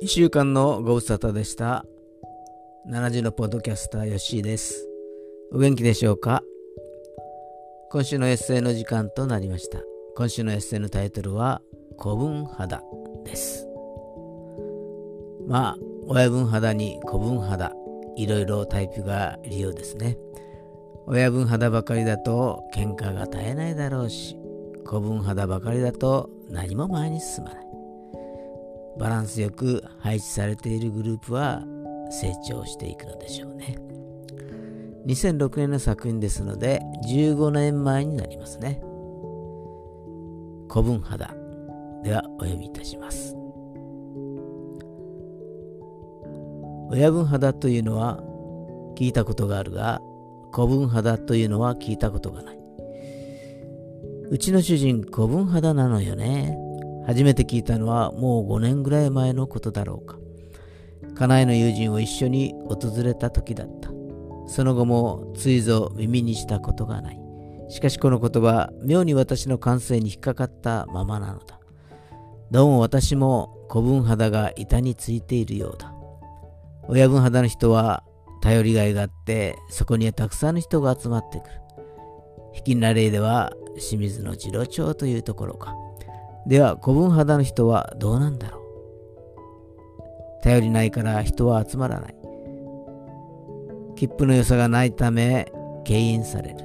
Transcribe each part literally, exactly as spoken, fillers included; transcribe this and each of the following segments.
いっしゅうかんのご無沙汰でした。ななじのポッドキャスターよっしーです。お元気でしょうか。今週のエッセイの時間となりました。今週のエッセイのタイトルは古文肌です。まあ親分肌に古文肌、いろいろタイプがいるようですね。親分肌ばかりだと喧嘩が絶えないだろうし、古文肌ばかりだと何も前に進まない。バランスよく配置されているグループは成長していくのでしょうね。にせんろくねんの作品ですのでじゅうごねんまえになりますね。古文肌ではお読みいたします。親分肌というのは聞いたことがあるが、古文肌というのは聞いたことがない。うちの主人古文肌なのよね。初めて聞いたのはもうごねんぐらい前のことだろうか。家内の友人を一緒に訪れた時だった。その後もついぞ耳にしたことがない。しかしこの言葉、妙に私の感性に引っかかったままなのだ。どうも私も古文肌が板についているようだ。親分肌の人は頼りがいがあって、そこにはたくさんの人が集まってくる。卑近な例では清水の次郎長というところか。では古文肌の人はどうなんだろう。頼りないから人は集まらない。切符の良さがないため敬遠される。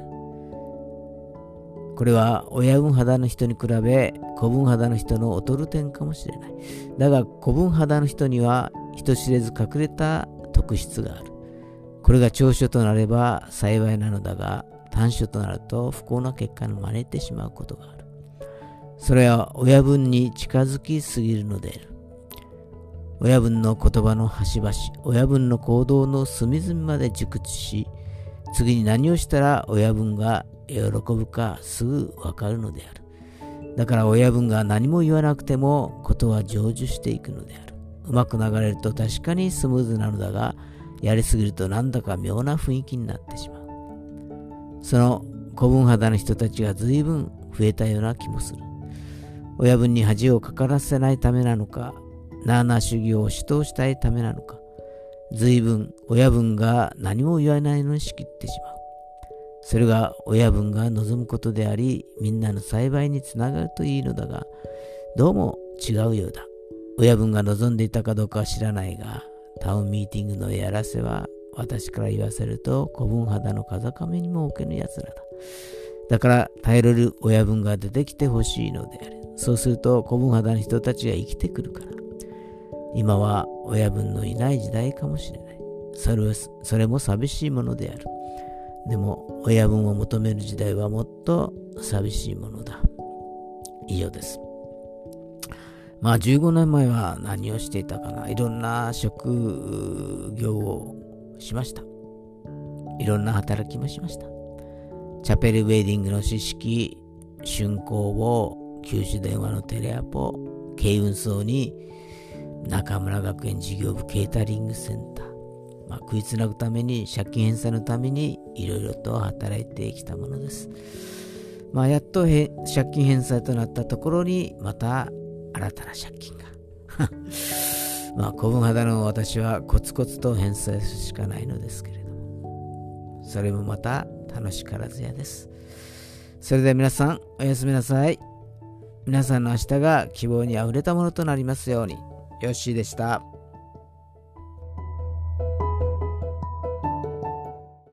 これは親分肌の人に比べ古文肌の人の劣る点かもしれない。だが古文肌の人には人知れず隠れた特質がある。これが長所となれば幸いなのだが、短所となると不幸な結果に招いてしまうことがある。それは親分に近づきすぎるのである。親分の言葉の端々、親分の行動の隅々まで熟知し、次に何をしたら親分が喜ぶかすぐわかるのである。だから親分が何も言わなくてもことは成就していくのである。うまく流れると確かにスムーズなのだが、やりすぎるとなんだか妙な雰囲気になってしまう。その古文肌の人たちが随分増えたような気もする。親分に恥をかからせないためなのか、なあなあ主義を押し通したいためなのか、随分親分が何も言わないのに仕切ってしまう。それが親分が望むことであり、みんなの幸いにつながるといいのだが、どうも違うようだ。親分が望んでいたかどうかは知らないが、タウンミーティングのやらせは私から言わせると古文肌の風上にも置けぬやつらだ。だから頼れる親分が出てきてほしいのである。そうすると古文肌の人たちが生きてくるから。今は親分のいない時代かもしれない。それは、それも寂しいものである。でも親分を求める時代はもっと寂しいものだ。以上です。まあじゅうごねんまえは何をしていたかな。いろんな職業をしました。いろんな働きもしました。チャペルウェディングの知識、竣工を九州電話のテレアポ、軽運送に中村学園事業部ケータリングセンター、まあ、食いつなぐために借金返済のためにいろいろと働いてきたものです。まあやっと借金返済となったところにまた新たな借金がまあ古文肌の私はコツコツと返済するしかないのですけれども、それもまた楽しからずやです。それでは皆さんおやすみなさい。皆さんの明日が希望にあふれたものとなりますように。よっしーでした。